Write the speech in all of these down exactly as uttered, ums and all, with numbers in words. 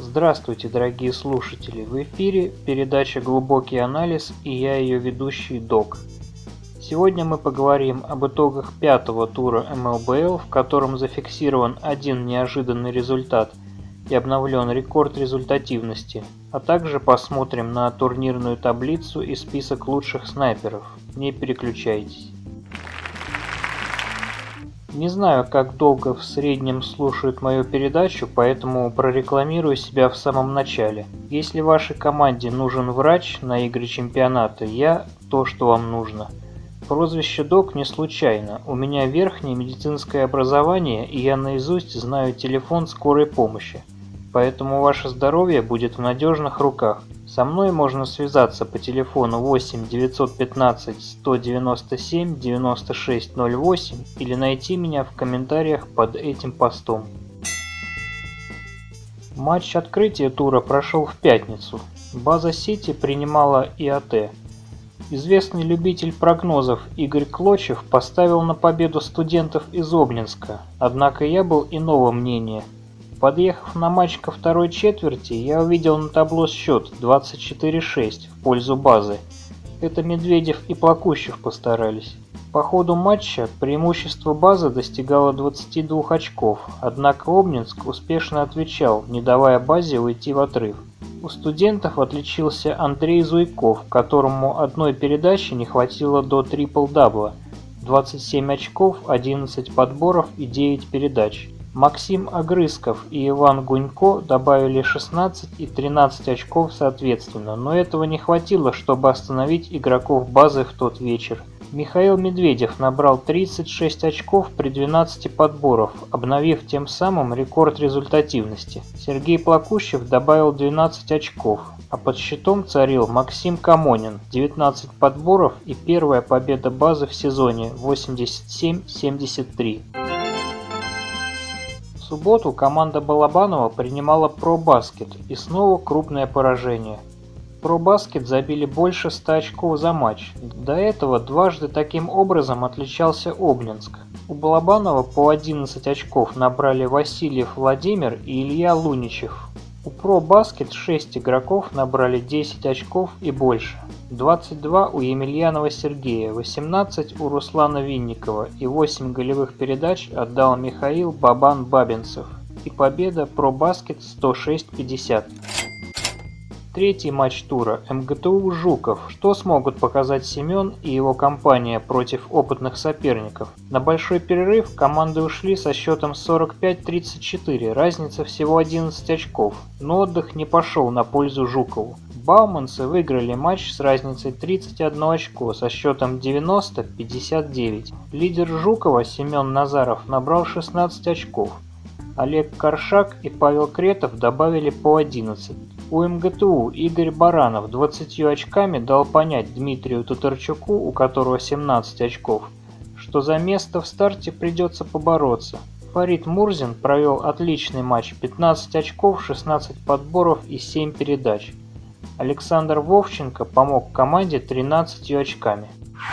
Здравствуйте, дорогие слушатели! В эфире передача «Глубокий анализ» и я ее ведущий Док. Сегодня мы поговорим об итогах пятого тура эм эл бэ эл, в котором зафиксирован один неожиданный результат и обновлен рекорд результативности, а также посмотрим на турнирную таблицу и список лучших снайперов. Не переключайтесь. Не знаю, как долго в среднем слушают мою передачу, поэтому прорекламирую себя в самом начале. Если вашей команде нужен врач на игры чемпионата, я то, что вам нужно. Прозвище Док не случайно. У меня верхнее медицинское образование, и я наизусть знаю телефон скорой помощи. Поэтому ваше здоровье будет в надежных руках. Со мной можно связаться по телефону восемь девятьсот пятнадцать сто девяносто семь девяносто шесть ноль восемь или найти меня в комментариях под этим постом. Матч открытия тура прошел в пятницу. База Сити принимала и а тэ. Известный любитель прогнозов Игорь Клочев поставил на победу студентов из Обнинска, однако я был иного мнения. Подъехав на матч ко второй четверти, я увидел на табло счет двадцать четыре шесть в пользу базы. Это Медведев и Плакущев постарались. По ходу матча преимущество базы достигало двадцати двух очков, однако Обнинск успешно отвечал, не давая базе уйти в отрыв. У студентов отличился Андрей Зуйков, которому одной передачи не хватило до трипл-дабла. двадцать семь очков, одиннадцать подборов и девять передач. Максим Огрызков и Иван Гунько добавили шестнадцать и тринадцать очков соответственно, но этого не хватило, чтобы остановить игроков базы в тот вечер. Михаил Медведев набрал тридцать шесть очков при двенадцати подборах, обновив тем самым рекорд результативности. Сергей Плакущев добавил двенадцать очков, а под счетом царил Максим Камонин, девятнадцать подборов и первая победа базы в сезоне восемьдесят семь семьдесят три. В субботу команда Балабанова принимала ProBasket, и снова крупное поражение. ProBasket забили больше ста очков за матч. До этого дважды таким образом отличался Обнинск. У Балабанова по одиннадцать очков набрали Васильев Владимир и Илья Луничев. У ProBasket шесть игроков набрали десять очков и больше. двадцать два у Емельянова Сергея, восемнадцать у Руслана Винникова и восемь голевых передач отдал Михаил Бабан-Бабинцев. И победа ProBasket сто шесть пятьдесят. Третий матч тура эм гэ тэ у Жуков. Что смогут показать Семен и его компания против опытных соперников? На большой перерыв команды ушли со счетом сорок пять тридцать четыре, разница всего одиннадцать очков, но отдых не пошел на пользу Жукову. Бауманцы выиграли матч с разницей тридцать одно очко со счетом девяносто пятьдесят девять. Лидер Жукова Семен Назаров набрал шестнадцать очков. Олег Коршак и Павел Кретов добавили по одиннадцать. У эм гэ тэ у Игорь Баранов двадцатью очками дал понять Дмитрию Татарчуку, у которого семнадцать очков, что за место в старте придется побороться. Фарид Мурзин провел отличный матч, пятнадцать очков, шестнадцать подборов и семь передач. Александр Вовченко помог команде тринадцатью очками.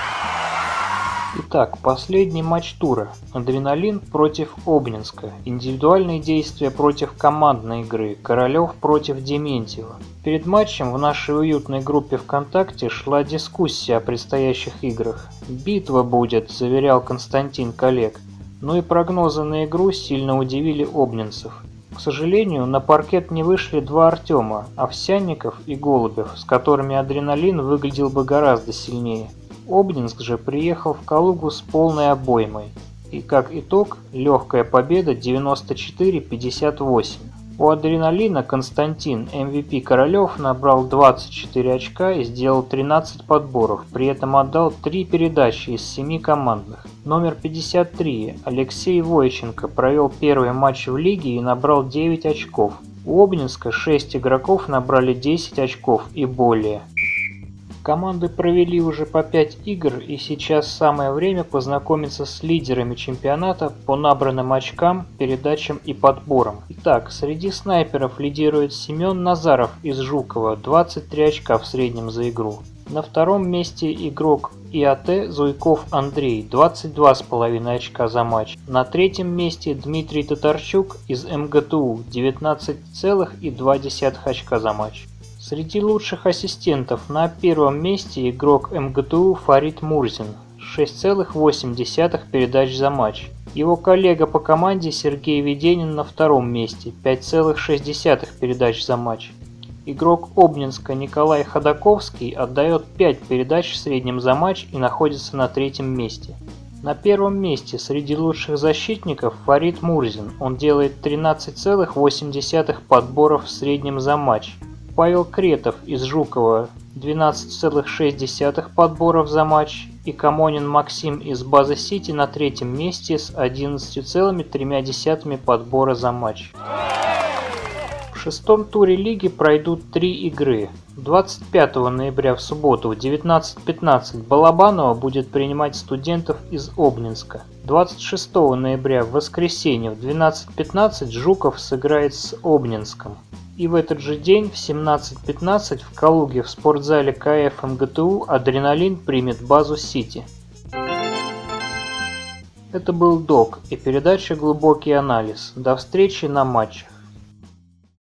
Итак, последний матч тура. Адреналин против Обнинска. Индивидуальные действия против командной игры. Королев против Дементьева. Перед матчем в нашей уютной группе ВКонтакте шла дискуссия о предстоящих играх. «Битва будет», — заверял Константин коллег. Но и прогнозы на игру сильно удивили обнинцев. К сожалению, на паркет не вышли два Артема, Овсянников и Голубев, с которыми адреналин выглядел бы гораздо сильнее. Обнинск же приехал в Калугу с полной обоймой. И как итог, легкая победа девяносто четыре пятьдесят восемь. У адреналина Константин эм ви пи Королев набрал двадцать четыре очка и сделал тринадцать подборов, при этом отдал три передачи из семи командных. Номер пятьдесят три Алексей Войченко провел первый матч в лиге и набрал девять очков. У Обнинска шесть игроков набрали десять очков и более. Команды провели уже по пять игр, и сейчас самое время познакомиться с лидерами чемпионата по набранным очкам, передачам и подборам. Итак, среди снайперов лидирует Семен Назаров из Жукова, двадцать три очка в среднем за игру. На втором месте игрок ИАТ Зуйков Андрей, двадцать два с половиной очка за матч. На третьем месте Дмитрий Татарчук из МГТУ, девятнадцать целых два десятых очка за матч. Среди лучших ассистентов на первом месте игрок МГТУ Фарид Мурзин, шесть целых восемь десятых передач за матч. Его коллега по команде Сергей Веденин на втором месте, пять целых шесть десятых передач за матч. Игрок Обнинска Николай Ходаковский отдает пять передач в среднем за матч и находится на третьем месте. На первом месте среди лучших защитников Фарид Мурзин, он делает тринадцать целых восемь десятых подборов в среднем за матч. Павел Кретов из Жукова двенадцать целых шесть десятых подборов за матч и Камонин Максим из Базы Сити на третьем месте с одиннадцатью целыми тремя десятыми подбора за матч. В шестом туре лиги пройдут три игры. двадцать пятого ноября в субботу в девятнадцать пятнадцать Балабаново будет принимать студентов из Обнинска. двадцать шестого ноября в воскресенье в двенадцать пятнадцать Жуков сыграет с Обнинском. И в этот же день в семнадцать пятнадцать в Калуге в спортзале КФ МГТУ «Адреналин» примет Базу Сити. Это был Док и передача «Глубокий анализ». До встречи на матчах.